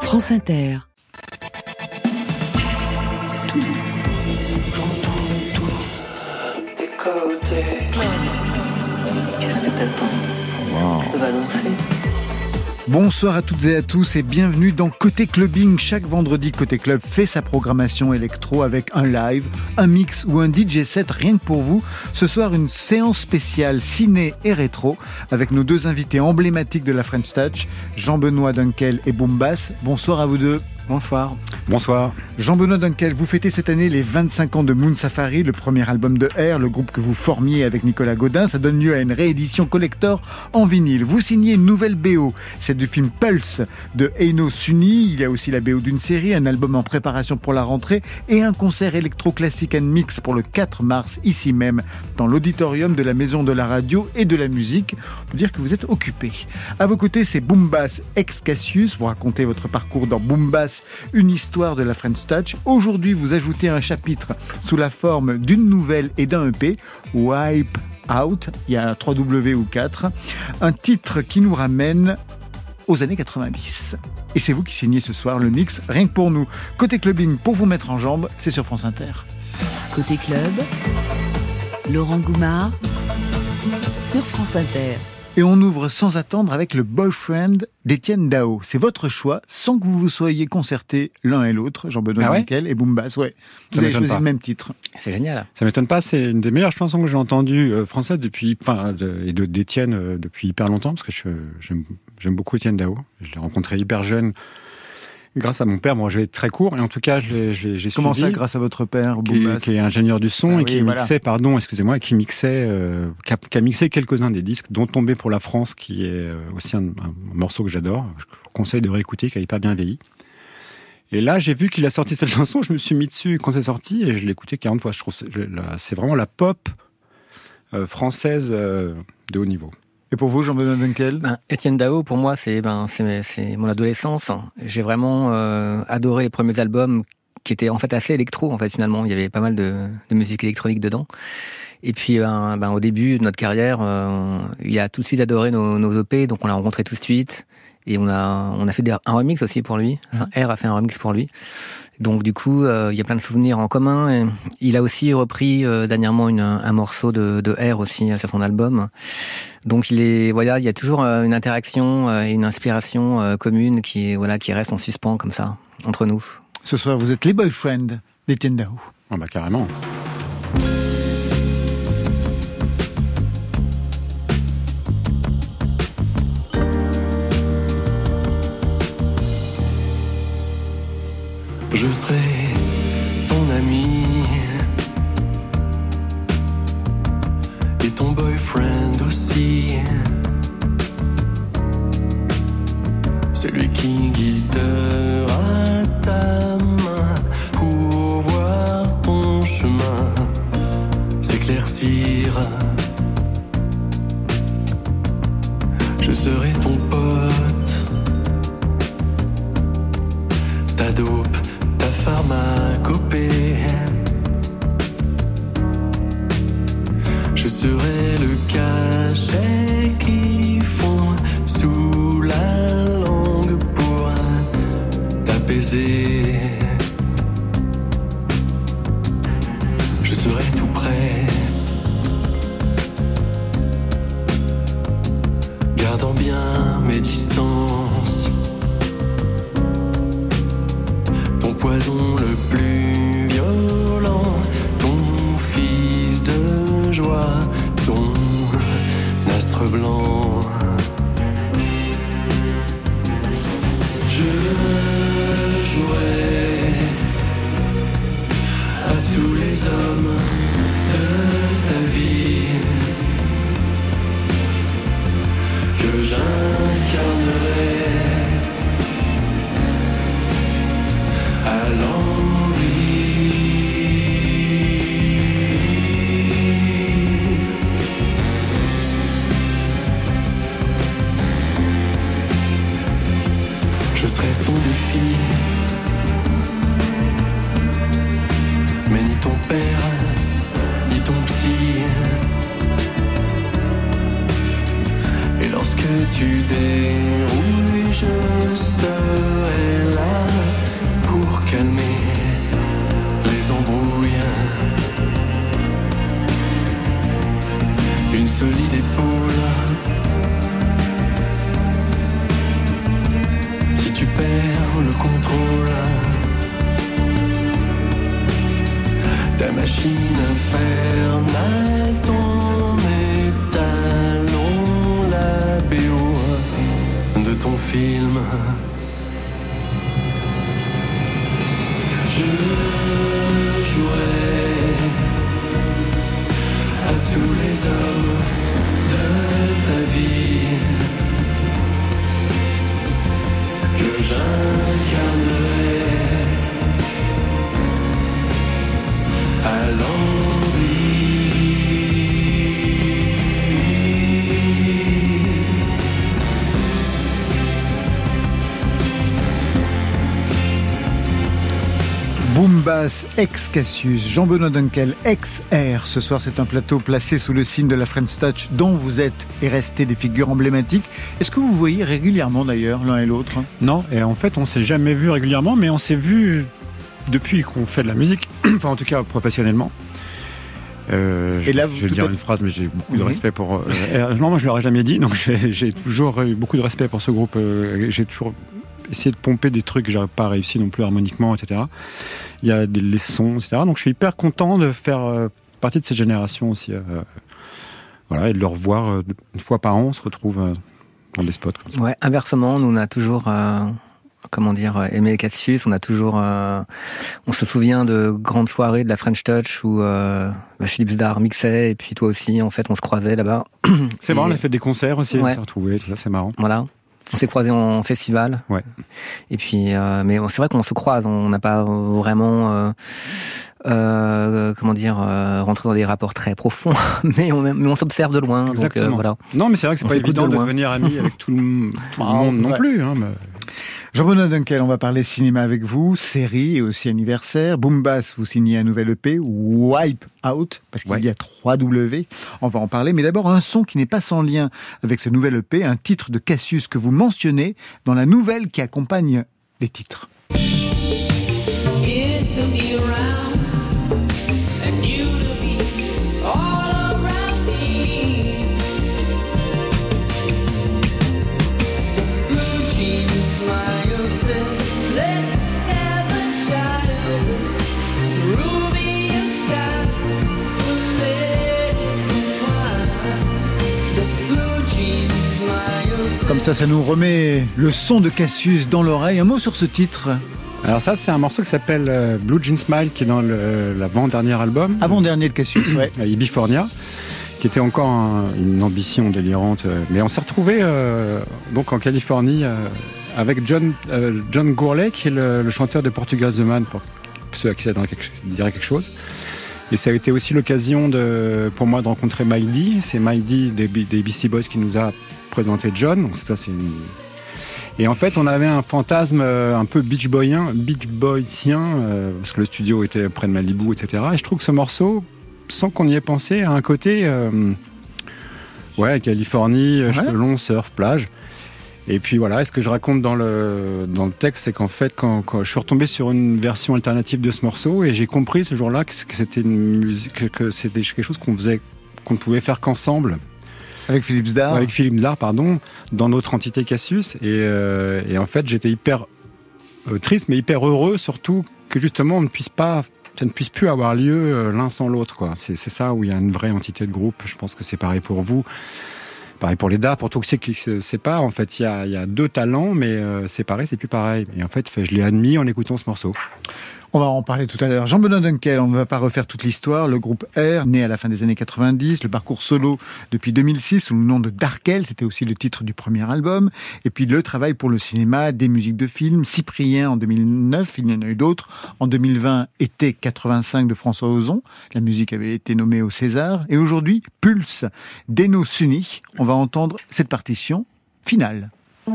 France Inter. Tout, j'entends tout, tes côtés. Qu'est-ce que t'attends? On va danser. Bonsoir à toutes et à tous et bienvenue dans Côté Clubbing. Chaque vendredi, Côté Club fait sa programmation électro avec un live, un mix ou un DJ set rien que pour vous. Ce soir, une séance spéciale ciné et rétro avec nos deux invités emblématiques de la French Touch, Jean-Benoît Dunkel et Boom Bass. Bonsoir à vous deux. Bonsoir. Bonsoir. Jean-Benoît Dunkel, vous fêtez cette année les 25 ans de Moon Safari, le premier album de R, le groupe que vous formiez avec Nicolas Godin. Ça donne lieu à une réédition collector en vinyle. Vous signez une nouvelle BO, c'est du film Pulse de Eino Suni. Il y a aussi la BO d'une série, un album en préparation pour la rentrée et un concert électro-classique and mix pour le 4 mars, ici même, dans l'auditorium de la Maison de la Radio et de la Musique. On peut dire que vous êtes occupé. À vos côtés, c'est Boom Bass ex Cassius. Vous racontez votre parcours dans Boom Bass, une histoire de la French Touch. Aujourd'hui, vous ajoutez un chapitre sous la forme d'une nouvelle et d'un EP, Wipe Out, il y a 3 W ou 4, un titre qui nous ramène aux années 90. Et c'est vous qui signez ce soir le mix, rien que pour nous. Côté clubbing, pour vous mettre en jambes, c'est sur France Inter. Côté club, Laurent Goumard sur France Inter. Et on ouvre sans attendre avec le Boyfriend d'Étienne Dao. C'est votre choix, sans que vous vous soyez concertés l'un et l'autre, Jean-Benoît Dunkel et Boom Bass. Ouais. Vous avez choisi le même titre. C'est génial. Ça m'étonne pas, c'est une des meilleures chansons que j'ai entendues françaises depuis, d'Étienne depuis hyper longtemps, parce que j'aime beaucoup Étienne Dao. Je l'ai rencontré hyper jeune. Grâce à mon père, moi je vais être très court, et en tout cas j'ai suivi. Comment ça, grâce à votre père, qui est ingénieur du son qui a mixé quelques-uns des disques, dont Tomber pour la France, qui est aussi un morceau que j'adore. Je vous conseille de réécouter, qui a hyper bien vieilli. Et là, j'ai vu qu'il a sorti cette chanson, je me suis mis dessus quand c'est sorti, et je l'ai écouté 40 fois. Je trouve c'est vraiment la pop française de haut niveau. Et pour vous, Jean-Benoît Dunkel? Étienne Dao, pour moi, c'est mon adolescence. J'ai vraiment adoré les premiers albums qui étaient en fait assez électro, en fait, finalement. Il y avait pas mal de musique électronique dedans. Et puis, au début de notre carrière, il a tout de suite adoré nos EP, donc on l'a rencontré tout de suite. Et on a fait un remix aussi pour lui. Enfin, R a fait un remix pour lui. Donc du coup, il y a plein de souvenirs en commun. Et il a aussi repris dernièrement un morceau de R aussi sur son album. Donc il y a toujours une interaction et une inspiration commune qui reste en suspens comme ça entre nous. Ce soir, vous êtes les Boyfriends d'Étienne Dao. Ah bah carrément. Je serai ton ami et ton boyfriend aussi, celui qui guidera ta main pour voir ton chemin s'éclaircir. Je serai ton pote, ta dope, pharmacopée. Je serai le cachet qui fond sous la langue pour t'apaiser. Je serai tout près, gardant bien mes distances. Poison le plus violent, ton fils de joie, ton astre blanc. Je jouerai à tous les hommes de ta vie que j'incarnerai à l'envie. Je serai ton défi, mais ni ton père, ni ton psy. Et lorsque tu dérouilles, je serai là m'incarnerait à l'envie. Boom Bass ex Cassius, Jean-Benoît Dunkel ex Air. Ce soir, c'est un plateau placé sous le signe de la French Touch dont vous êtes et restez des figures emblématiques. Est-ce que vous voyez régulièrement d'ailleurs l'un et l'autre ? Non, et en fait on s'est jamais vu régulièrement, mais on s'est vu depuis qu'on fait de la musique, enfin en tout cas professionnellement. Et là, je vais dire une phrase, mais j'ai beaucoup de respect pour Air. Non, moi je ne l'aurais jamais dit, donc j'ai toujours eu beaucoup de respect pour ce groupe. J'ai toujours essayé de pomper des trucs que j'avais pas réussi non plus harmoniquement, etc. Il y a les sons, etc. Donc je suis hyper content de faire partie de cette génération aussi. Voilà, et de le revoir une fois par an, on se retrouve dans des spots comme ça. Ouais, inversement, nous on a toujours aimé Cassius, on a toujours on se souvient de grandes soirées de la French Touch où Philippe Zdar mixait et puis toi aussi en fait on se croisait là-bas. C'est marrant, on a fait des concerts aussi, ouais. On s'est retrouvés, tout ça, c'est marrant. Voilà. On s'est croisés en festival. Ouais. Et puis, mais c'est vrai qu'on se croise. On n'a pas vraiment, rentré dans des rapports très profonds, mais on s'observe de loin. Exactement. Donc, voilà. Non, mais c'est vrai que c'est pas évident de devenir ami avec tout le monde non plus. Hein, mais... Jean-Benoît Dunkel, on va parler cinéma avec vous, série et aussi anniversaire. Boom Bass, vous signez un nouvel EP, Wipe Out, parce qu'il y a 3 W. On va en parler, mais d'abord un son qui n'est pas sans lien avec ce nouvel EP, un titre de Cassius que vous mentionnez dans la nouvelle qui accompagne les titres. Comme ça nous remet le son de Cassius dans l'oreille. Un mot sur ce titre. Alors ça, c'est un morceau qui s'appelle Blue Jean Smile, qui est dans l'avant-dernier album. Avant-dernier de Cassius, ouais. Ibifornia, qui était encore une ambition délirante. Mais on s'est retrouvés donc en Californie avec John Gourlay, qui est le chanteur de Portugal The Man, pour ceux à qui ça dirait quelque chose. Et ça a été aussi l'occasion pour moi de rencontrer Mike D. C'est Mike D des Beastie Boys qui nous a présenté John. Donc ça, et en fait, on avait un fantasme un peu beach boysien, parce que le studio était près de Malibu, etc. Et je trouve que ce morceau, sans qu'on y ait pensé, a un côté Californie, cheveux longs, surf, plage. Et puis voilà, ce que je raconte dans le texte, c'est qu'en fait, quand je suis retombé sur une version alternative de ce morceau, et j'ai compris ce jour-là que c'était une musique, que c'était quelque chose qu'on ne pouvait faire qu'ensemble. Avec Philippe Zdar, dans notre entité Cassius. Et en fait, j'étais hyper triste, mais hyper heureux, surtout que justement, ça ne puisse plus avoir lieu l'un sans l'autre, quoi. C'est ça où il y a une vraie entité de groupe. Je pense que c'est pareil pour vous. Pareil pour les Dards, pour tout ce qui se sépare. En fait, il y a 2 talents, mais séparés, c'est plus pareil. Et en fait, je l'ai admis en écoutant ce morceau. On va en parler tout à l'heure. Jean-Benoît Dunkel, on ne va pas refaire toute l'histoire. Le groupe Air, né à la fin des années 90, le parcours solo depuis 2006 sous le nom de Darkel, c'était aussi le titre du premier album. Et puis le travail pour le cinéma, des musiques de films, Cyprien en 2009, il y en a eu d'autres. En 2020, Été 85 de François Ozon. La musique avait été nommée au César. Et aujourd'hui, Pulse d'Eno Suni. On va entendre cette partition finale.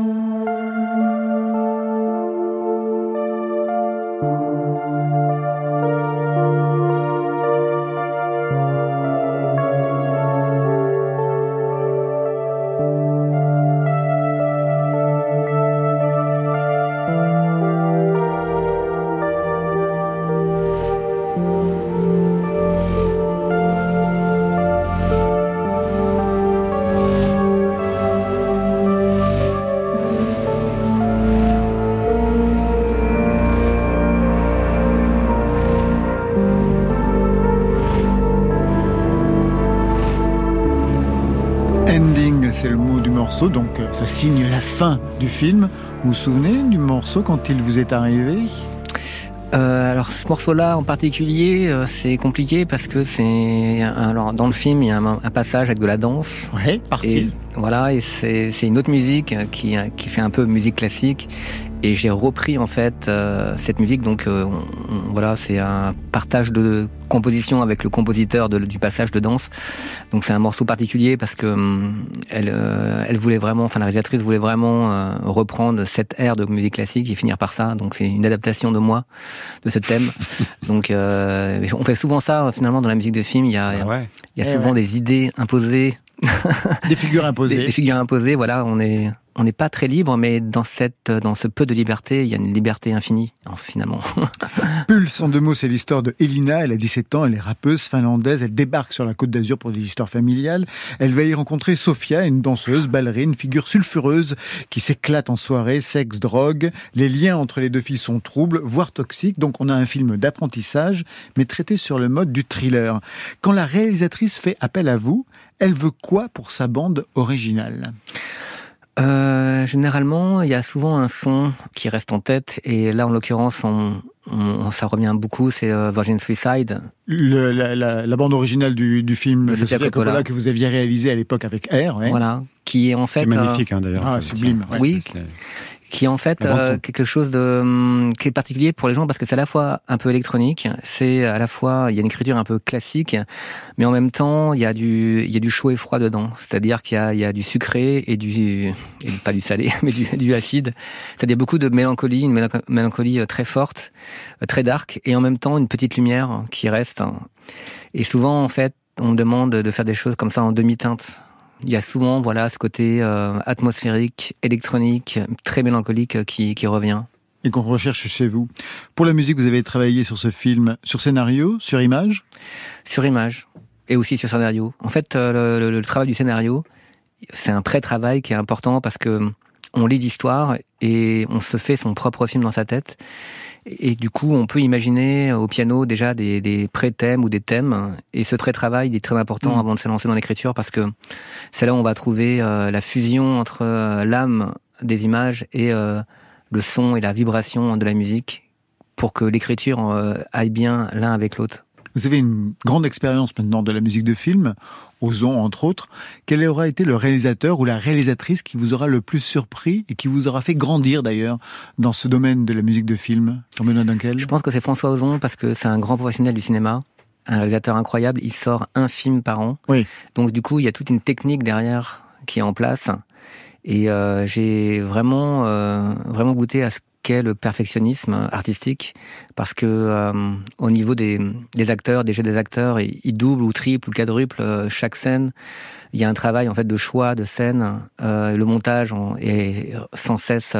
C'est le mot du morceau, donc ça signe la fin du film. Vous vous souvenez du morceau quand il vous est arrivé ? Alors ce morceau-là en particulier, c'est compliqué parce que alors dans le film il y a un passage avec de la danse. Ouais, parti. Et voilà, et c'est une autre musique qui fait un peu musique classique. Et j'ai repris en fait cette musique, donc voilà, c'est un partage de composition avec le compositeur du passage de danse. Donc c'est un morceau particulier parce que elle voulait vraiment, enfin la réalisatrice voulait vraiment reprendre cette ère de musique classique et finir par ça. Donc c'est une adaptation de moi de ce thème. Donc on fait souvent ça finalement dans la musique de film. Il y a souvent des idées imposées. Des figures imposées. Des figures imposées, voilà, on n'est pas très libre, mais dans ce peu de liberté, il y a une liberté infinie, finalement. Pulse, en 2 mots, c'est l'histoire de Elina. Elle a 17 ans, elle est rappeuse finlandaise, elle débarque sur la Côte d'Azur pour des histoires familiales. Elle va y rencontrer Sofia, une danseuse, ballerine, figure sulfureuse qui s'éclate en soirée, sexe, drogue. Les liens entre les deux filles sont troubles, voire toxiques. Donc on a un film d'apprentissage, mais traité sur le mode du thriller. Quand la réalisatrice fait appel à vous, elle veut quoi pour sa bande originale ? Généralement, il y a souvent un son qui reste en tête, et là, en l'occurrence, ça revient beaucoup, c'est Virgin Suicide. La bande originale du film de Sofia Coppola que vous aviez réalisé à l'époque avec R. Ouais. Voilà, qui est en fait... C'est magnifique, d'ailleurs. Ah, sublime. Ouais. Oui, qui est en fait quelque chose qui est particulier pour les gens parce que c'est à la fois un peu électronique, c'est à la fois il y a une écriture un peu classique, mais en même temps il y a du chaud et froid dedans, c'est-à-dire qu'il y a du sucré et pas du salé, mais du acide. C'est-à-dire beaucoup de mélancolie, une mélancolie très forte, très dark, et en même temps une petite lumière qui reste. Et souvent en fait on me demande de faire des choses comme ça en demi-teinte. Il y a souvent, voilà, ce côté atmosphérique, électronique, très mélancolique qui revient. Et qu'on recherche chez vous. Pour la musique, vous avez travaillé sur ce film, sur scénario, sur image ? Sur image, et aussi sur scénario. En fait, le travail du scénario, c'est un pré-travail qui est important parce que on lit l'histoire et on se fait son propre film dans sa tête. Et du coup, on peut imaginer au piano déjà des pré-thèmes ou des thèmes. Et ce pré-travail, il est très important avant de se lancer dans l'écriture parce que c'est là où on va trouver la fusion entre l'âme des images et le son et la vibration de la musique pour que l'écriture aille bien l'un avec l'autre. Vous avez une grande expérience maintenant de la musique de film, Ozon entre autres. Quel aura été le réalisateur ou la réalisatrice qui vous aura le plus surpris et qui vous aura fait grandir d'ailleurs dans ce domaine de la musique de film, Benoît Dunkel ? Je pense que c'est François Ozon parce que c'est un grand professionnel du cinéma, un réalisateur incroyable. Il sort un film par an. Oui. Donc du coup, il y a toute une technique derrière qui est en place. Et j'ai vraiment goûté à ce qu'est le perfectionnisme artistique, parce que au niveau des acteurs, des jeux des acteurs, ils doublent ou triplent ou quadruplent chaque scène. Il y a un travail en fait de choix de scène. Le montage est sans cesse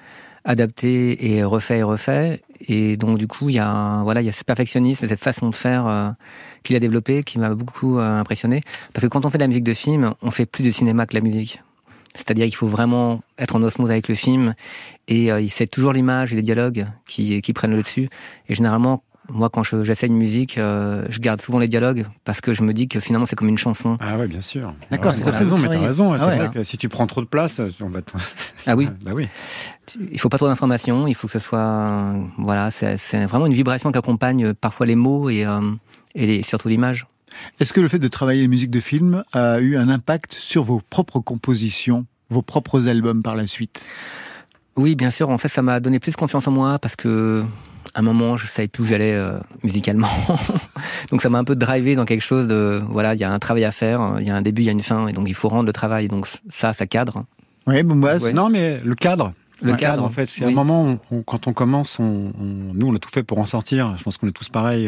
adapté et refait. Et donc du coup, il y a ce perfectionnisme et cette façon de faire qu'il a développé qui m'a beaucoup impressionné. Parce que quand on fait de la musique de film, on fait plus de cinéma que la musique. C'est-à-dire qu'il faut vraiment être en osmose avec le film et c'est toujours l'image et les dialogues qui prennent le dessus. Et généralement, moi, quand j'essaie une musique, je garde souvent les dialogues parce que je me dis que finalement, c'est comme une chanson. Ah ouais, bien sûr. D'accord, c'est comme ça. Mais t'as raison. C'est vrai que si tu prends trop de place, on va. Ah oui. Bah oui. Il faut pas trop d'informations. Il faut que ce soit, voilà, c'est vraiment une vibration qui accompagne parfois les mots et surtout l'image. Est-ce que le fait de travailler les musiques de film a eu un impact sur vos propres compositions, vos propres albums par la suite ? Oui, bien sûr. En fait, ça m'a donné plus confiance en moi parce que à un moment, je savais plus où j'allais musicalement. Donc, ça m'a un peu drivé dans quelque chose de, voilà, il y a un travail à faire, il y a un début, il y a une fin, et donc il faut rendre le travail. Donc ça cadre. Oui, Boumbas. Ouais. Non, mais le cadre. Le cadre, en fait, c'est un moment, quand on commence, nous, on a tout fait pour en sortir. Je pense qu'on est tous pareils.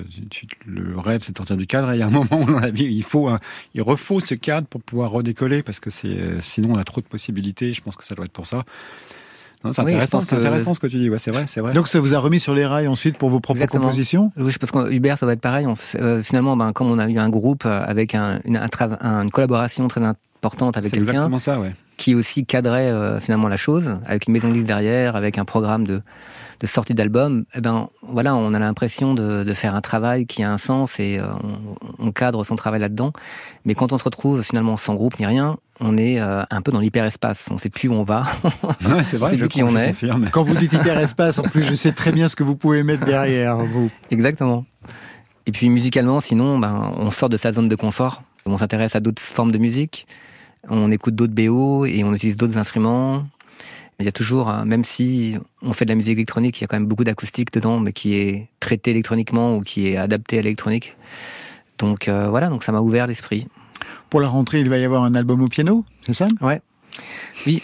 Le rêve, c'est de sortir du cadre. Et il y a un moment où dans la vie, il refaut ce cadre pour pouvoir redécoller, parce que sinon, on a trop de possibilités. Je pense que ça doit être pour ça. Non, c'est intéressant, ce que tu dis. Ouais, c'est vrai. Donc, ça vous a remis sur les rails ensuite pour vos propres compositions ? Oui, je pense qu'en Hubert, ça va être pareil. Finalement, comme on a eu un groupe avec une collaboration très importante avec quelqu'un. C'est exactement ça, ouais. Qui aussi cadrait finalement la chose, avec une maison de disques derrière, avec un programme de sortie d'album. Eh ben voilà, on a l'impression de faire un travail qui a un sens et on cadre son travail là-dedans. Mais quand on se retrouve finalement sans groupe ni rien, on est un peu dans l'hyperespace. On ne sait plus où on va. Ouais, c'est vrai. On sait plus qui on est. Confirme. Quand vous dites hyperespace, en plus, je sais très bien ce que vous pouvez mettre derrière vous. Exactement. Et puis musicalement, sinon, on sort de sa zone de confort. On s'intéresse à d'autres formes de musique. On écoute d'autres BO et on utilise d'autres instruments. Il y a toujours, même si on fait de la musique électronique, il y a quand même beaucoup d'acoustique dedans, mais qui est traité électroniquement ou qui est adapté à l'électronique. Donc voilà, donc ça m'a ouvert l'esprit. Pour la rentrée, il va y avoir un album au piano, c'est ça ? Ouais. Oui.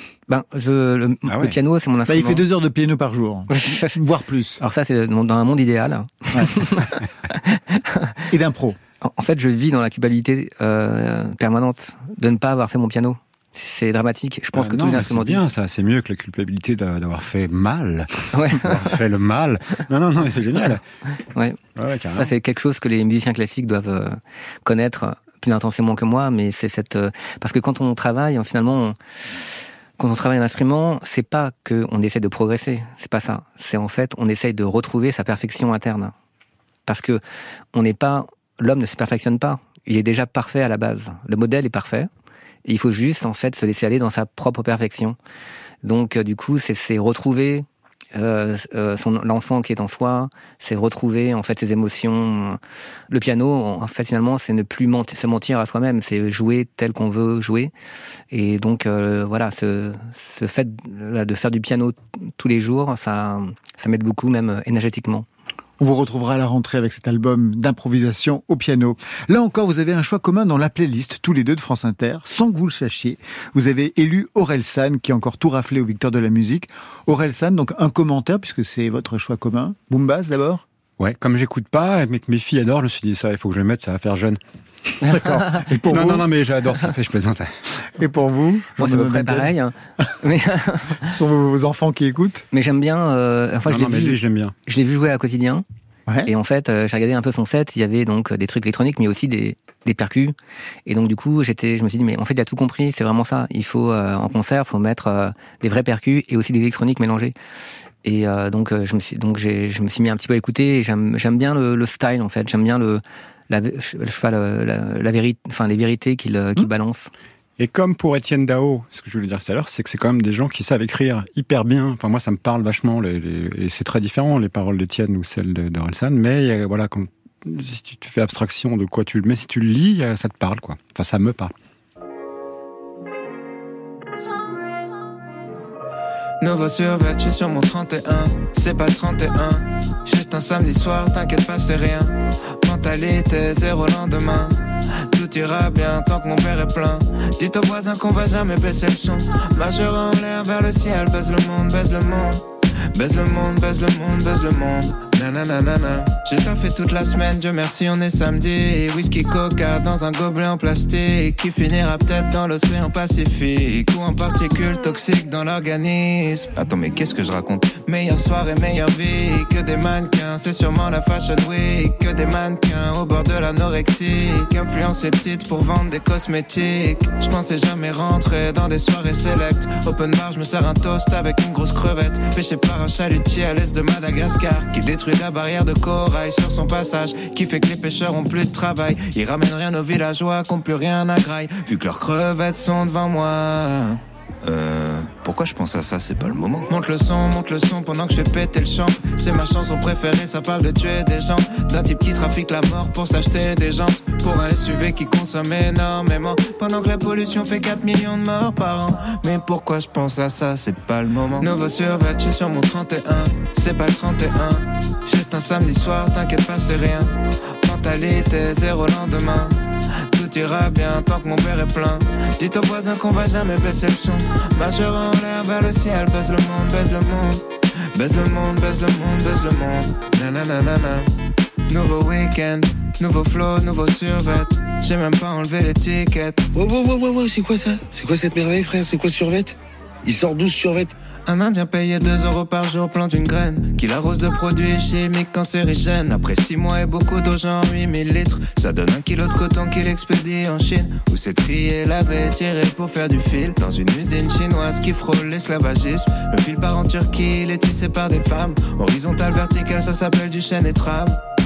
Le piano, c'est mon instrument. Il fait 2 heures de piano par jour, voire plus. Alors ça, c'est dans un monde idéal. Ouais. Et d'impro. En fait, je vis dans la culpabilité permanente de ne pas avoir fait mon piano. C'est dramatique. Je pense que tous les instrumentistes... C'est bien, ça. C'est mieux que la culpabilité d'avoir fait mal. Ouais. D'avoir fait le mal. Non, mais c'est génial. Ouais. Ça, c'est quelque chose que les musiciens classiques doivent connaître plus intensément que moi. Mais c'est parce que quand on travaille, finalement, quand on travaille un instrument, c'est pas qu'on essaie de progresser. C'est pas ça. C'est en fait, on essaye de retrouver sa perfection interne. Parce que l'homme ne se perfectionne pas. Il est déjà parfait à la base. Le modèle est parfait. Et il faut juste, en fait, se laisser aller dans sa propre perfection. Donc, du coup, c'est retrouver l'enfant qui est en soi, c'est retrouver, en fait, ses émotions. Le piano, en fait, finalement, c'est ne plus se mentir à soi-même, c'est jouer tel qu'on veut jouer. Et donc, voilà, ce fait de faire du piano tous les jours, ça m'aide beaucoup, même énergétiquement. On vous retrouvera à la rentrée avec cet album d'improvisation au piano. Là encore, vous avez un choix commun dans la playlist, tous les deux de France Inter, sans que vous le sachiez. Vous avez élu Orelsan, qui a encore tout raflé aux Victoires de la musique. Orelsan, donc un commentaire, puisque c'est votre choix commun. Boombas d'abord ? Ouais, comme j'écoute pas, mais que mes filles adorent, je me suis dit ça, il faut que je le mette, ça va faire jeune. D'accord. Et pour vous ? Non, mais j'adore ce qu'il fait, je plaisante. Et pour vous ? Moi, c'est à peu près pareil. Mais ce sont vos enfants qui écoutent ? Mais j'aime bien... je l'aime bien. Je l'ai vu jouer à Quotidien. Ouais. Et en fait, j'ai regardé un peu son set. Il y avait donc des trucs électroniques, mais aussi des percus. Et donc, du coup, je me suis dit, mais en fait, il a tout compris. C'est vraiment ça. Il faut, en concert, faut mettre des vrais percus et aussi des électroniques mélangées. Et donc, je me suis mis un petit peu à écouter. Et j'aime bien le style, en fait. J'aime bien la vérité, enfin les vérités qu'il balance. Et comme pour Étienne Dao, ce que je voulais dire tout à l'heure, c'est que c'est quand même des gens qui savent écrire hyper bien. Enfin, moi, ça me parle vachement, et c'est très différent, les paroles d'Étienne ou celles d'Orelsan, mais voilà, si tu fais abstraction de quoi tu le mets, si tu le lis, ça te parle, quoi. Enfin, ça me parle. Nouveau survêtu sur mon 31, c'est pas le 31. Juste un samedi soir, t'inquiète pas, c'est rien. Mentalité, zéro lendemain. Tout ira bien tant que mon verre est plein. Dites aux voisins qu'on va jamais baisser le son. Marchera en l'air vers le ciel, baise le monde, baise le monde. Baise le monde, baise le monde, baise le monde. Nananana. J'ai taffé toute la semaine, Dieu merci, on est samedi. Whisky coca dans un gobelet en plastique qui finira peut-être dans l'océan Pacifique ou en particules toxiques dans l'organisme. Attends, mais qu'est-ce que je raconte? Meilleure soirée, meilleure vie. Que des mannequins, c'est sûrement la Fashion Week. Que des mannequins au bord de l'anorexie qui influencent les petites pour vendre des cosmétiques. Je pensais jamais rentrer dans des soirées select. Open bar, je me sers un toast avec une grosse crevette. Pêché par un chalutier à l'est de Madagascar qui détruit la barrière de corail sur son passage, qui fait que les pêcheurs ont plus de travail. Ils ramènent rien aux villageois qui ont plus rien à graille, vu que leurs crevettes sont devant moi. Pourquoi je pense à ça, c'est pas le moment. Monte le son pendant que je fais péter le champ. C'est ma chanson préférée, ça parle de tuer des gens. D'un type qui trafique la mort pour s'acheter des jantes. Pour un SUV qui consomme énormément. Pendant que la pollution fait 4 millions de morts par an. Mais pourquoi je pense à ça, c'est pas le moment. Nouveau survêtu sur mon 31, c'est pas le 31. Juste un samedi soir, t'inquiète pas, c'est rien. Mentalité, zéro lendemain. Tout ira bien tant que mon verre est plein. Dites aux voisins qu'on va jamais baisser le son. Marchera en l'air vers le ciel, baise le monde, baise le monde. Baise le monde, baise le monde, baise le monde. Nananana. Nouveau week-end, nouveau flow, nouveau survêt. J'ai même pas enlevé l'étiquette. Ouais, c'est quoi ça? C'est quoi cette merveille, frère? C'est quoi ce survêt? Il sort 12 survêt. Un Indien payé 2 € par jour plante une graine qu'il arrose de produits chimiques cancérigènes. Après 6 mois et beaucoup d'eau, genre 8000 litres, ça donne 1 kilo de coton qu'il expédie en Chine, où c'est trié, lavé, tiré pour faire du fil. Dans une usine chinoise qui frôle l'esclavagisme, le fil part en Turquie, il est tissé par des femmes. Horizontal, vertical, ça s'appelle du chêne et trame.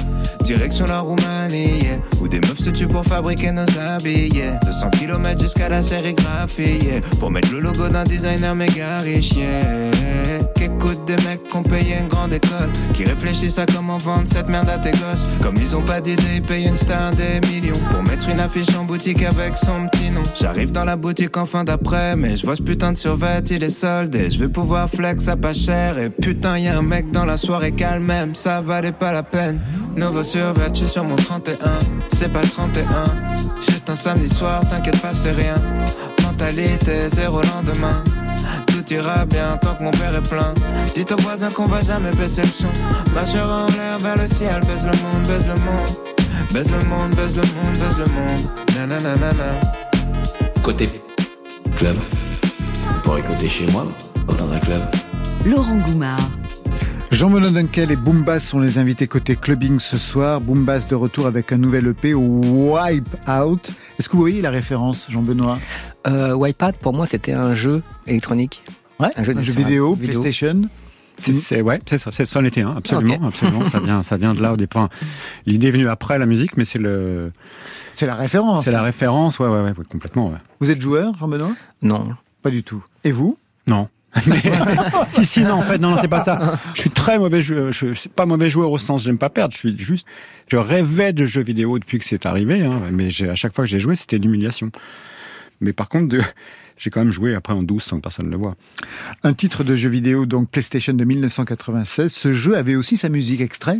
Direction la Roumanie, yeah, où des meufs se tuent pour fabriquer nos habits, yeah. 200 km jusqu'à la sérigraphie, yeah, pour mettre le logo d'un designer méga riche, yeah. Qu'écoutent des mecs qui ont payé une grande école, qui réfléchissent à comment vendre cette merde à tes gosses. Comme ils ont pas d'idée, ils payent une star des millions pour mettre une affiche en boutique avec son petit nom. J'arrive dans la boutique en fin d'après, mais je vois ce putain de survêt, il est soldé. Je vais pouvoir flex à pas cher, et putain y'a un mec dans la soirée calme même, ça valait pas la peine. Nouveau survêt, je suis sur mon 31, c'est pas le 31. Juste un samedi soir, t'inquiète pas c'est rien. Mentalité, zéro lendemain. Tout ira bien tant que mon verre est plein. Dites aux voisins qu'on va jamais baisser le son. Marchera en l'air vers le ciel, baise le monde, baise le monde. Baise le monde, baise le monde, baise le monde. Nananana. Côté club, on pourrait côté chez moi, ou dans un club. Laurent Goumard. Jean-Benoît Dunkel et Boombas sont les invités côté clubbing ce soir. Boombas de retour avec un nouvel EP, Wipe Out. Est-ce que vous voyez la référence, Jean-Benoît? Wipeout, pour moi, c'était un jeu électronique. Ouais, un jeu vidéo, PlayStation. C'est ça, c'en était un, absolument, okay. Absolument. Ça vient de là au départ. L'idée est venue après la musique, mais c'est la référence. C'est la référence, ouais, complètement. Ouais. Vous êtes joueur, Jean-Benoît? Non. Pas du tout. Et vous? Non. Mais... si, non, en fait, non, c'est pas ça. Je suis très mauvais joueur. Je suis pas mauvais joueur au sens, j'aime pas perdre. Je rêvais de jeux vidéo depuis que c'est arrivé, hein, mais à chaque fois que j'ai joué, c'était l'humiliation. Mais par contre, j'ai quand même joué après en douce sans que personne ne le voit. Un titre de jeu vidéo, donc PlayStation de 1996. Ce jeu avait aussi sa musique extrait.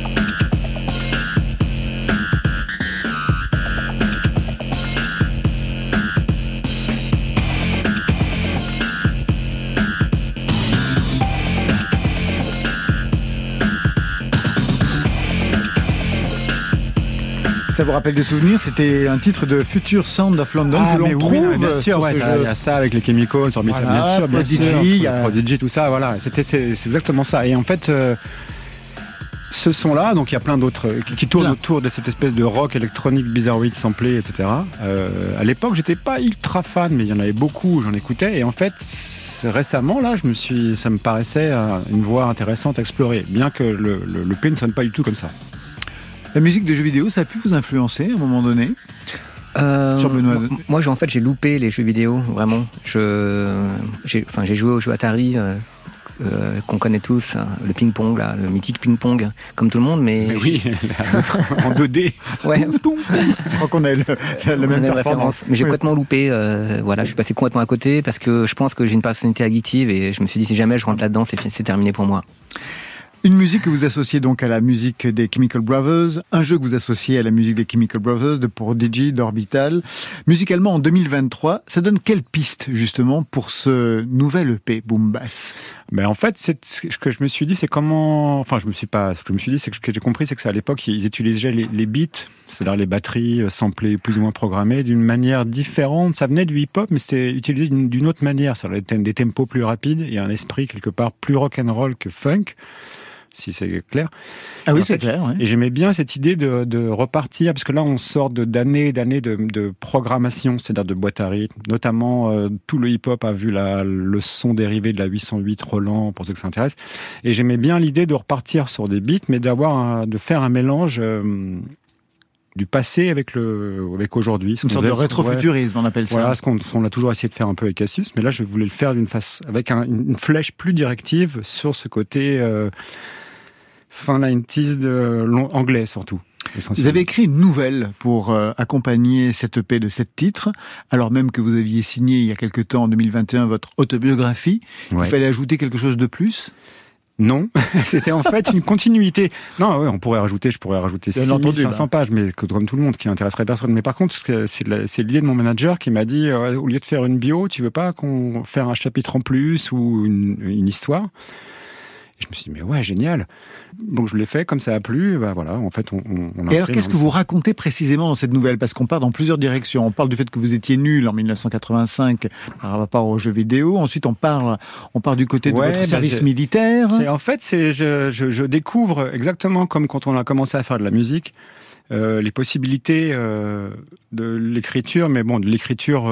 Ça vous rappelle des souvenirs? C'était un titre de Future Sound of London que l'on trouve. Oui, bien sûr, il y a ça avec les Chemicals, sur voilà, bien sûr, Prodigy, tout ça, voilà. C'est exactement ça. Et en fait, ce son-là, donc il y a plein d'autres qui tournent autour de cette espèce de rock électronique bizarroïde samplé, etc. À l'époque, j'étais pas ultra fan, mais il y en avait beaucoup, j'en écoutais. Et en fait, récemment, là, ça me paraissait une voie intéressante à explorer, bien que le P ne sonne pas du tout comme ça. La musique de jeux vidéo, ça a pu vous influencer à un moment donné? Sur Benoît. Moi, j'ai loupé les jeux vidéo, vraiment. J'ai joué aux jeux Atari, qu'on connaît tous, le ping-pong, là, le mythique ping-pong, comme tout le monde, mais oui, en 2D. Ouais. Je crois qu'on a la même performance. Mais j'ai complètement loupé. Voilà, je suis passé complètement à côté parce que je pense que j'ai une personnalité addictive et je me suis dit si jamais je rentre là-dedans, c'est terminé pour moi. Une musique que vous associez donc à la musique des Chemical Brothers, un jeu que vous associez à la musique des Chemical Brothers, de Prodigy, d'Orbital. Musicalement, en 2023, ça donne quelle piste, justement, pour ce nouvel EP, Boombas? Ben en fait, ce que je me suis dit, c'est comment... Enfin, ce que je me suis dit, c'est que ce que j'ai compris, c'est que à l'époque, ils utilisaient les beats, c'est-à-dire les batteries samplées plus ou moins programmées, d'une manière différente. Ça venait du hip-hop, mais c'était utilisé d'une autre manière. Ça avait des tempos plus rapides et un esprit, quelque part, plus rock'n'roll que funk, si c'est clair. Ah oui, c'est clair. Ouais. Et j'aimais bien cette idée de repartir, parce que là, on sort d'années de programmation, c'est-à-dire de boîte à rythme. Notamment, tout le hip-hop a vu le son dérivé de la 808 Roland, pour ceux que ça intéresse. Et j'aimais bien l'idée de repartir sur des beats, mais de faire un mélange du passé avec aujourd'hui. Une sorte de rétrofuturisme, on appelle ça. Voilà, ce qu'on a toujours essayé de faire un peu avec Cassius, mais là, je voulais le faire avec une flèche plus directive sur ce côté fin 90s anglais surtout. Vous avez écrit une nouvelle pour accompagner cette EP de 7 titres, alors même que vous aviez signé il y a quelque temps, en 2021, votre autobiographie. Ouais. Il fallait ajouter quelque chose de plus? Non, c'était en fait une continuité. Non, ouais, je pourrais rajouter 500 pages, mais comme tout le monde, qui intéresserait personne. Mais par contre, c'est l'idée de mon manager qui m'a dit, au lieu de faire une bio, tu veux pas qu'on fasse un chapitre en plus ou une histoire? Et je me suis dit, mais ouais, génial. Donc je l'ai fait, comme ça a plu, bah voilà, en fait, on Et alors, qu'est-ce que vous racontez précisément dans cette nouvelle? Parce qu'on part dans plusieurs directions. On parle du fait que vous étiez nul en 1985 par rapport aux jeux vidéo. Ensuite, on part du côté de votre service militaire. En fait, je découvre exactement comme quand on a commencé à faire de la musique. les possibilités de l'écriture, mais bon, de l'écriture,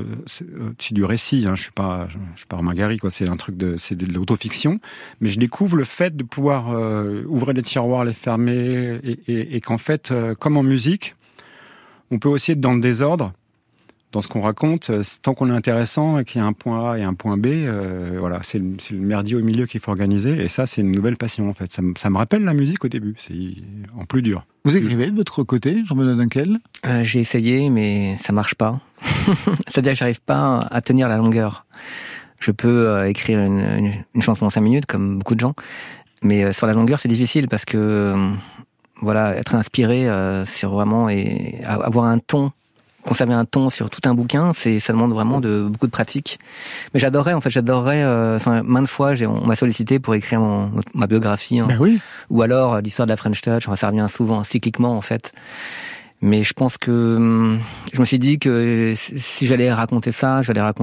c'est du récit. Hein, je suis pas Romain Gary, quoi. C'est c'est de l'autofiction. Mais je découvre le fait de pouvoir ouvrir des tiroirs, les fermer, et qu'en fait, comme en musique, on peut aussi être dans le désordre. Dans ce qu'on raconte, tant qu'on est intéressant et qu'il y a un point A et un point B, voilà, c'est le merdier au milieu qu'il faut organiser. Et ça, c'est une nouvelle passion, en fait. Ça me rappelle la musique au début. C'est en plus dur. Vous écrivez de votre côté, Jean-Benoît Dunkel ? J'ai essayé, mais ça marche pas. C'est-à-dire que j'arrive pas à tenir la longueur. Je peux écrire une chanson en 5 minutes, comme beaucoup de gens. Mais sur la longueur, c'est difficile parce que, voilà, être inspiré sur vraiment et avoir un ton, conserver un ton sur tout un bouquin, ça demande vraiment beaucoup de pratique. Mais j'adorerais, maintes fois, on m'a sollicité pour écrire ma biographie, hein. Ben oui. Ou alors l'histoire de la French Touch. Ça revient souvent cycliquement, en fait. Mais je pense que je me suis dit que si j'allais raconter ça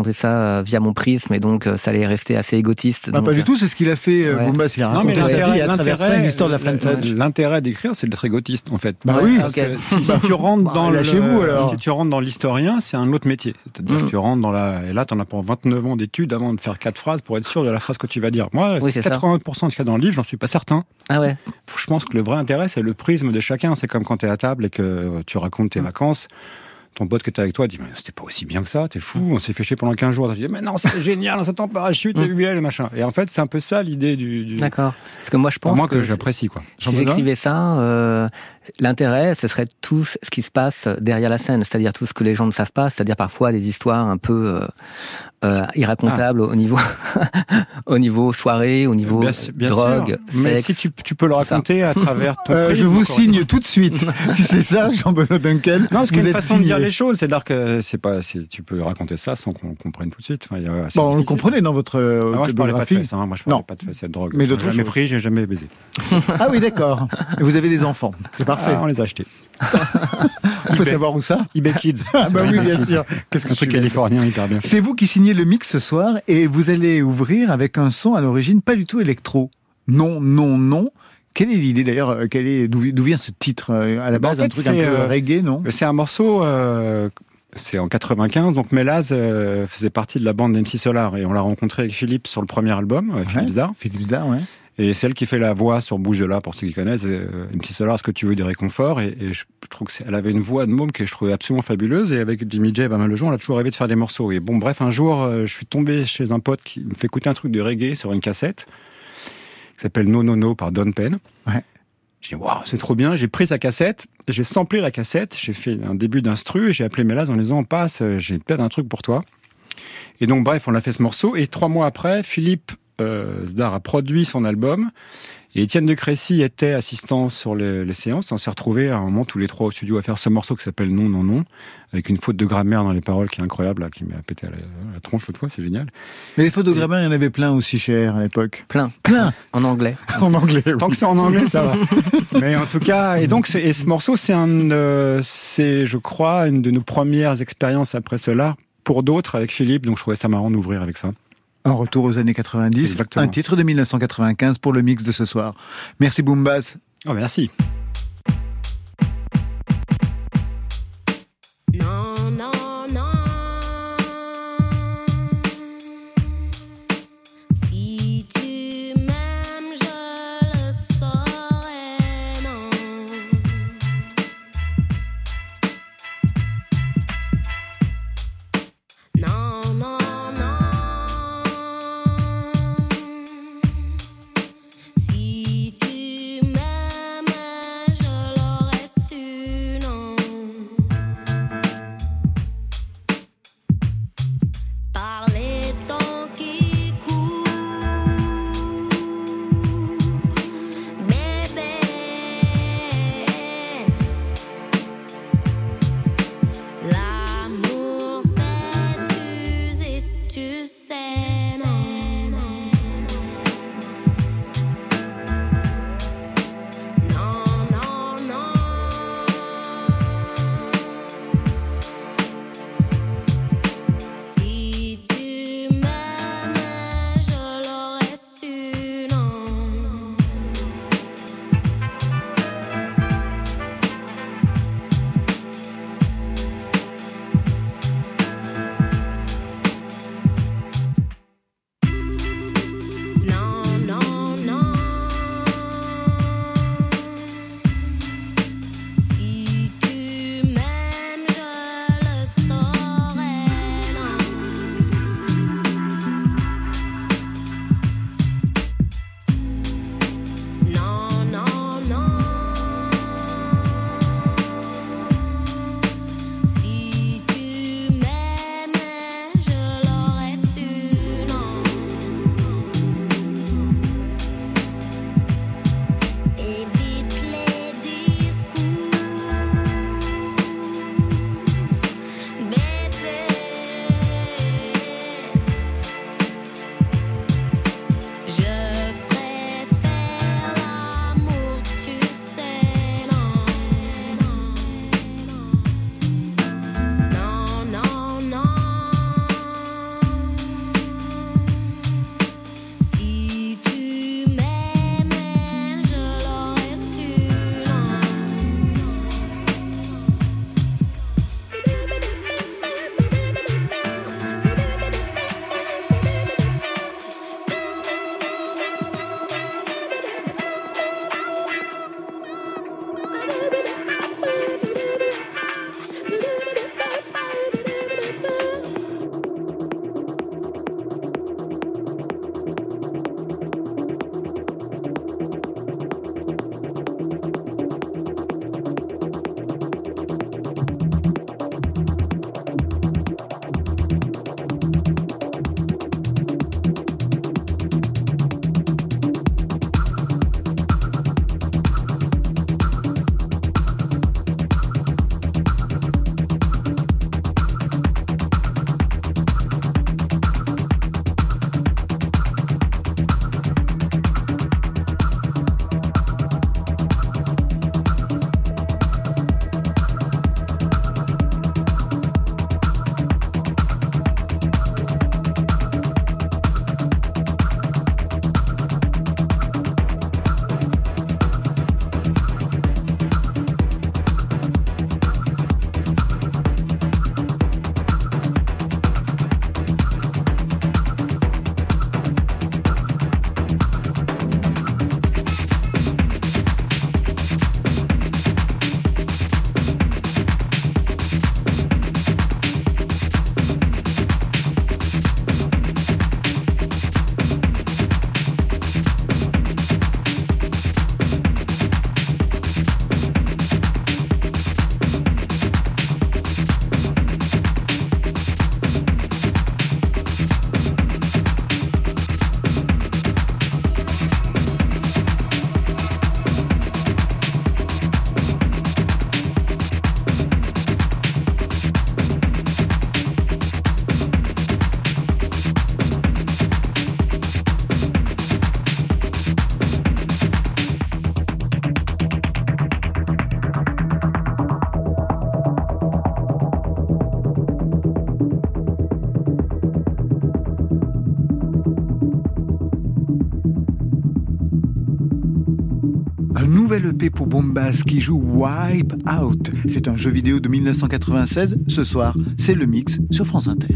via mon prisme, et donc ça allait rester assez égotiste. Bah, pas du tout, c'est ce qu'il a fait, Boombas. Il a raconté sa vie à travers ça, l'histoire de la French Touch. L'intérêt d'écrire, c'est d'être égotiste, en fait. Bah oui. Parce que si tu rentres si tu rentres dans l'historien, c'est un autre métier. C'est-à-dire que tu rentres et là, t'en as pour 29 ans d'études avant de faire 4 phrases pour être sûr de la phrase que tu vas dire. Moi, 80% de ce qu'il y a dans le livre, j'en suis pas certain. Ah ouais. Je pense que le vrai intérêt, c'est le prisme de chacun. C'est comme quand t'es à table et que tu racontes tes vacances. Ton pote qui était avec toi dit, mais c'était pas aussi bien que ça, t'es fou, on s'est fait chier pendant 15 jours. Tu dis, mais non, c'est génial, on s'attend parachute, et machin. Et en fait, c'est un peu ça l'idée du... D'accord. Parce que moi, je pense que j'apprécie, quoi. Si j'écrivais ça, l'intérêt, ce serait tout ce qui se passe derrière la scène, c'est-à-dire tout ce que les gens ne savent pas, c'est-à-dire parfois des histoires un peu irracontables au niveau au niveau soirée, au niveau drogue, sexe. Mais si tu peux le raconter à travers ton prisme, je vous signe tout de suite. Si c'est ça, Jean-Benoît Dunkel. Non, parce qu'il y a une façon de dire les choses. C'est-à-dire que tu peux raconter ça sans qu'on comprenne tout de suite. Enfin, on le comprenait dans votre moi, je parlais pas de biographie. Moi, je parlais pas de fesses, de drogue. Mais j'ai jamais pris, j'ai jamais baisé. Ah oui, d'accord. Et vous avez des enfants. C'est parfait. On les a achetés. On peut savoir où ça ? eBay Kids. Ah bah oui, bien sûr. Qu'est-ce que un truc californien hyper bien. C'est vous qui signez le mix ce soir et vous allez ouvrir avec un son à l'origine pas du tout électro. Non. Quelle est l'idée d'ailleurs ? D'où vient ce titre à la base, un truc un peu reggae, non ? C'est un morceau. C'est en 95, donc Mélaz faisait partie de la bande d'MC Solar et on l'a rencontré avec Philippe sur le premier album, Philippe Zdar. Philippe Zdar, ouais. Et c'est elle qui fait la voix sur Bouge de là, pour ceux qui connaissent. MC Solar, est-ce que tu veux du réconfort ? Et je trouve qu'elle avait une voix de môme que je trouvais absolument fabuleuse. Et avec Jimmy J et Bama Lejeune, on a toujours rêvé de faire des morceaux. Et bon, bref, un jour, je suis tombé chez un pote qui me fait écouter un truc de reggae sur une cassette qui s'appelle No No No par Don Penn. Ouais. J'ai dit, waouh, c'est trop bien. J'ai pris sa cassette, j'ai samplé la cassette, j'ai fait un début d'instru et j'ai appelé Mélaz en lui disant, passe, j'ai peut-être un truc pour toi. Et donc, bref, on a fait ce morceau. Et 3 mois après, Philippe Zdar a produit son album et Étienne de Crécy était assistant sur les séances. On s'est retrouvés à un moment tous les 3 au studio à faire ce morceau qui s'appelle Non, Non, Non, avec une faute de grammaire dans les paroles qui est incroyable, là, qui m'a pété à la tronche l'autre fois, c'est génial. Mais les fautes de grammaire, il y en avait plein aussi cher à l'époque. Plein. En anglais. En anglais. Tant que c'est en anglais, ça va. Mais en tout cas, et ce morceau, c'est je crois, une de nos premières expériences après cela pour d'autres avec Philippe, donc je trouvais ça marrant d'ouvrir avec ça. Un retour aux années 90, exactement. Un titre de 1995 pour le mix de ce soir. Merci Boombas. Oh, merci. Si tu m'aimes Un nouvel EP pour Bombas qui joue Wipe Out. C'est un jeu vidéo de 1996. Ce soir, c'est le mix sur France Inter.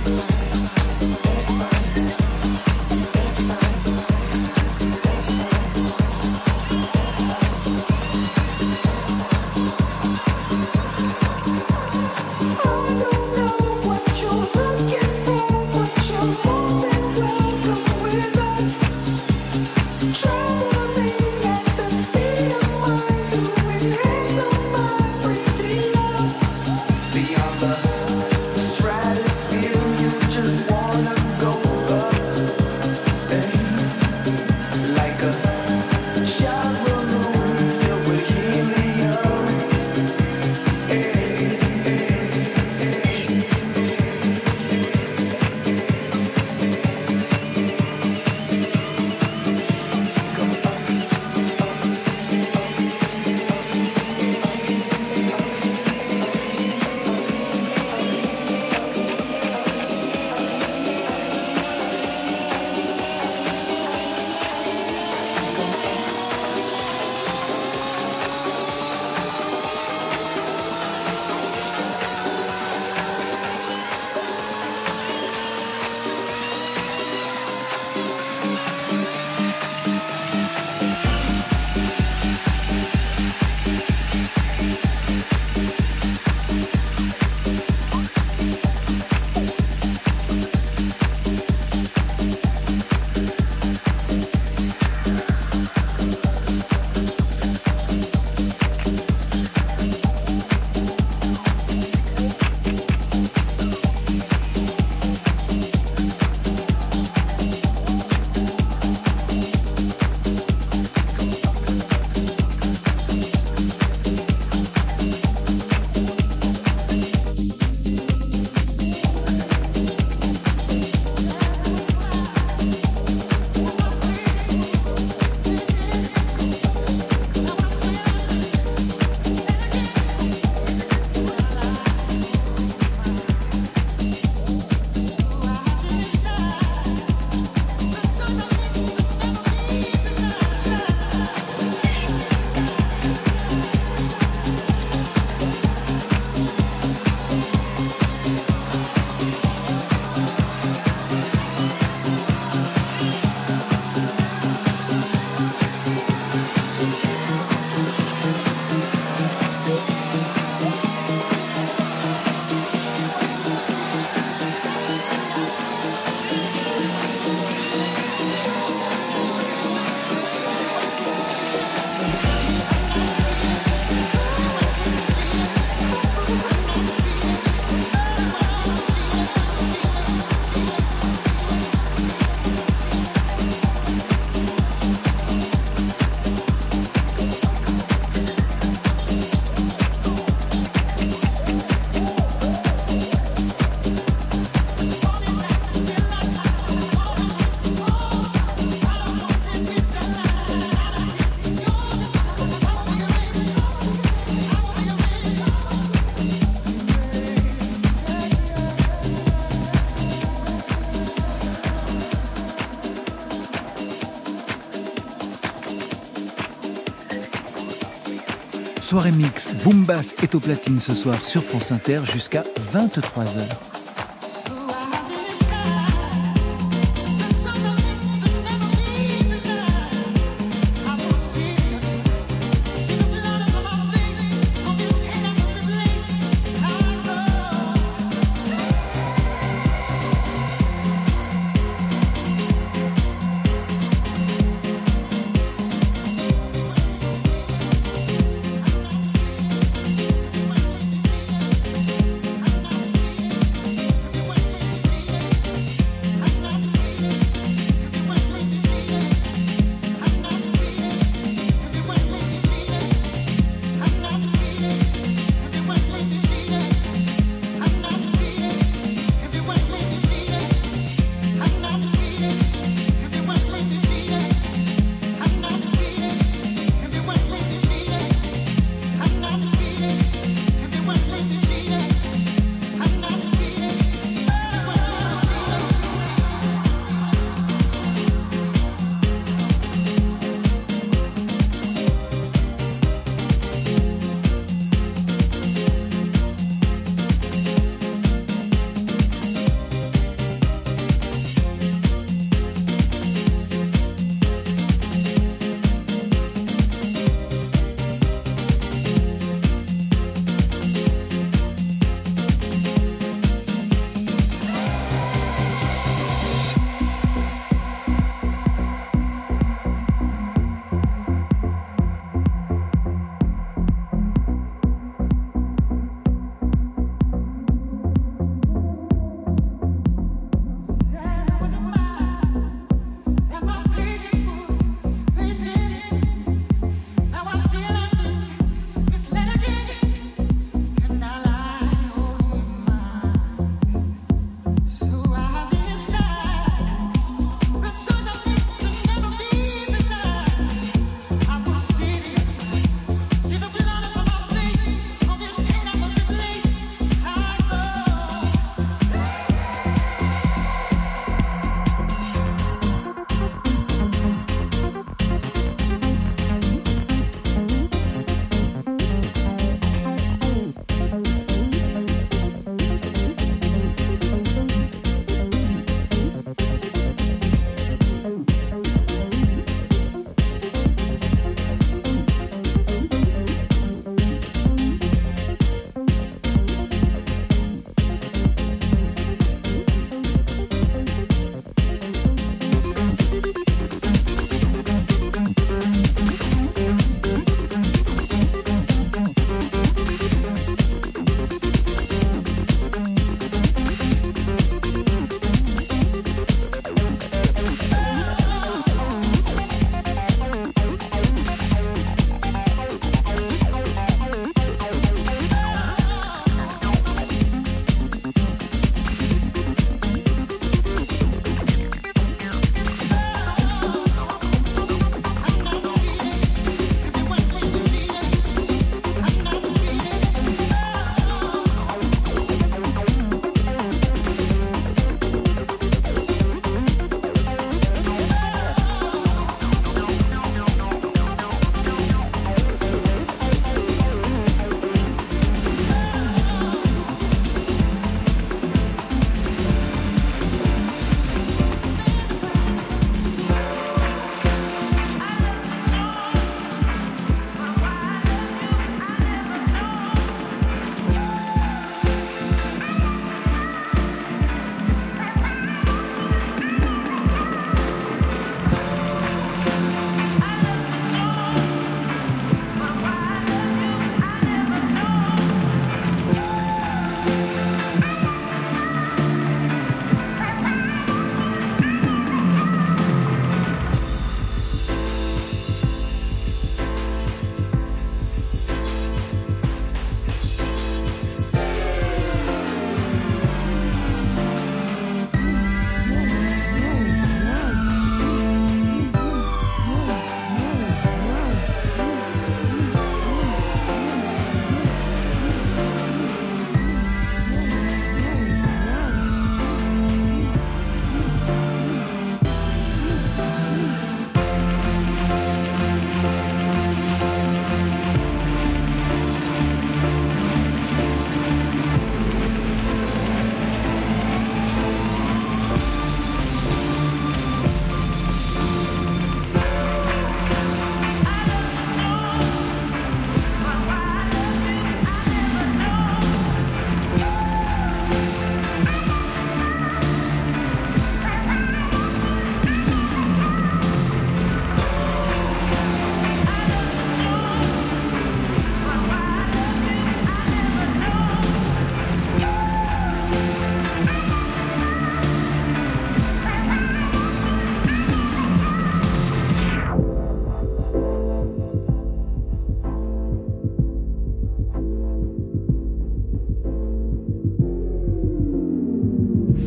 Soirée mix, Boom Bass est au platine ce soir sur France Inter jusqu'à 23h.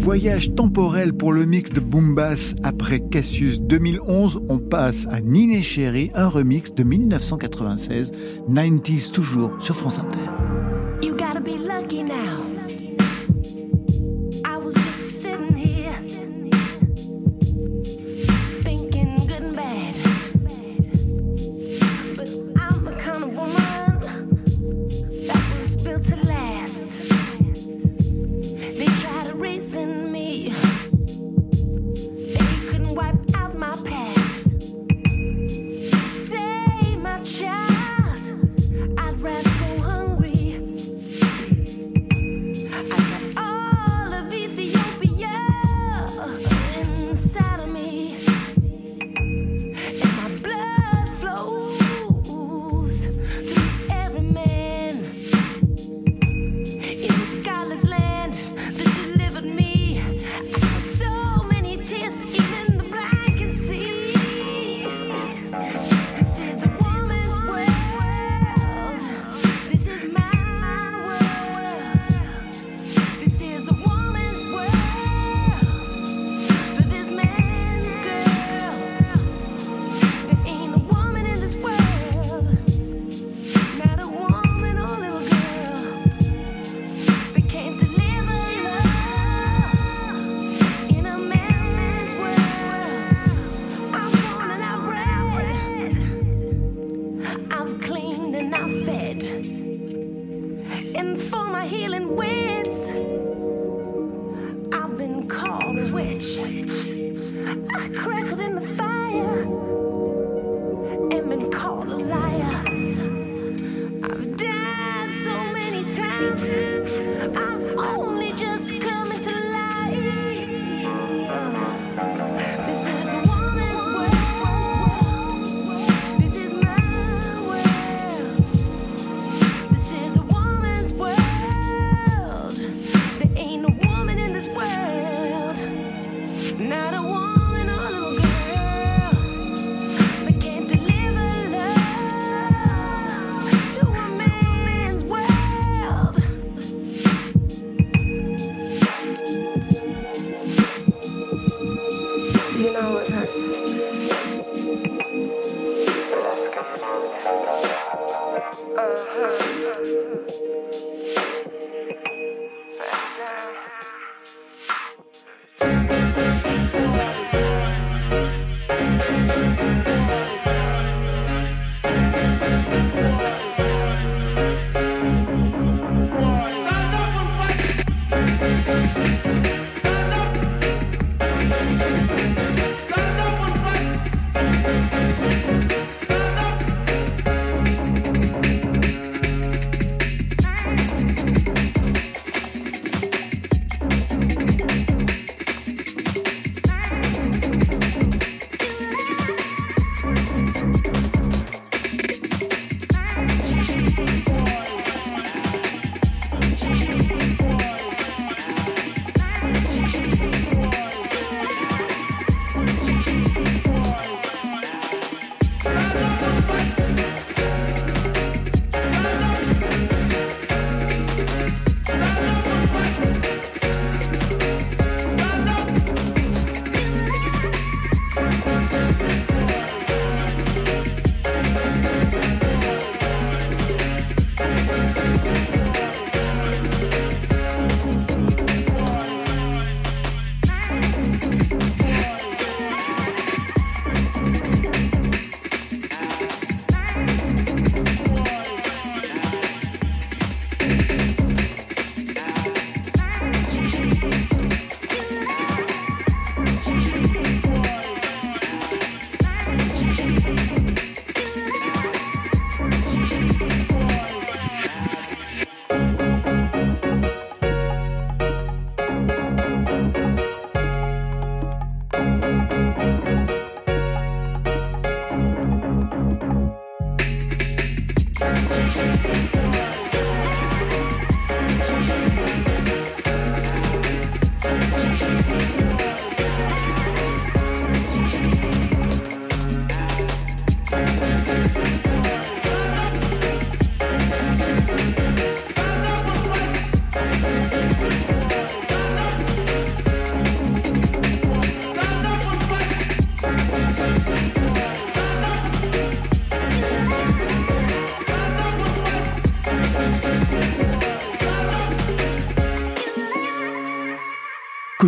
Voyage temporel pour le mix de Boom Bass après Cassius 2011. On passe à Néné Chéri, un remix de 1996, 90s toujours sur France Inter. You gotta be lucky now.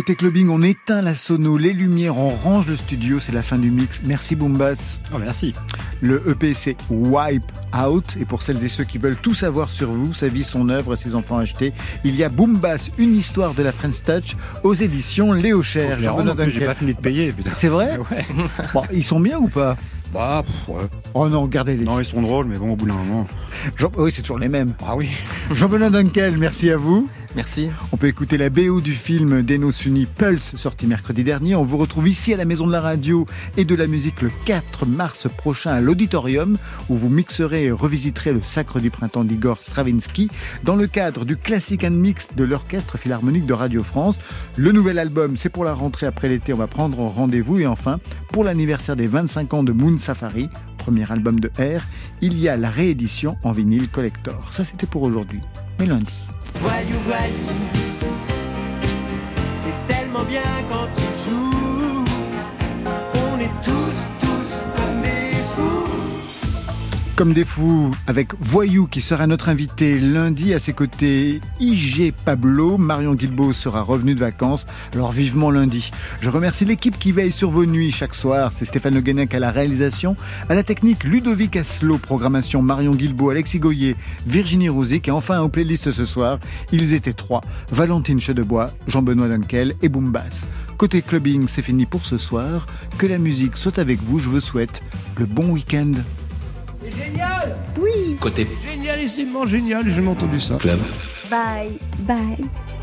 Côté clubbing, on éteint la sono, les lumières, on range le studio, c'est la fin du mix. Merci Boombas. Oh, merci. Le EP c'est Wipe Out, et pour celles et ceux qui veulent tout savoir sur vous, sa vie, son œuvre, ses enfants achetés, il y a Boombas, une histoire de la French Touch aux éditions Léo Cher. J'ai pas fini de payer. Putain. C'est vrai? Ouais. Bon, ils sont bien ou pas? Bah, ouais. Oh non, gardez-les. Non, ils sont drôles, mais bon, au bout d'un moment. Oui, c'est toujours les mêmes. Ah oui. Jean-Benoît Dunkel, merci à vous. Merci. On peut écouter la BO du film d'Enos Unis Pulse, sorti mercredi dernier. On vous retrouve ici à la Maison de la Radio et de la Musique le 4 mars prochain à l'Auditorium, où vous mixerez et revisiterez le Sacre du Printemps d'Igor Stravinsky dans le cadre du Classic and Mix de l'Orchestre Philharmonique de Radio France. Le nouvel album, c'est pour la rentrée après l'été, on va prendre rendez-vous. Et enfin, pour l'anniversaire des 25 ans de Moon Safari, premier album de R, il y a la réédition en vinyle collector. Ça, c'était pour aujourd'hui. Mais lundi. Voyou, voyou, c'est tellement bien quand tu joues. On est tous comme des fous. Comme des fous, avec Voyou qui sera notre invité lundi. À ses côtés, IG Pablo. Marion Guilbault sera revenu de vacances, alors vivement lundi. Je remercie l'équipe qui veille sur vos nuits chaque soir. C'est Stéphane Le Guenec à la réalisation, à la technique Ludovic Asselot, programmation Marion Guilbault, Alexis Goyer, Virginie Rouzic et enfin aux playlists ce soir, ils étaient 3, Valentine Chedebois, Jean-Benoît Dunkel et Boombas. Côté clubbing, c'est fini pour ce soir. Que la musique soit avec vous, je vous souhaite le bon week-end. C'est génial! Côté Génialissimement génial, j'ai jamais entendu ça. club. Bye, bye.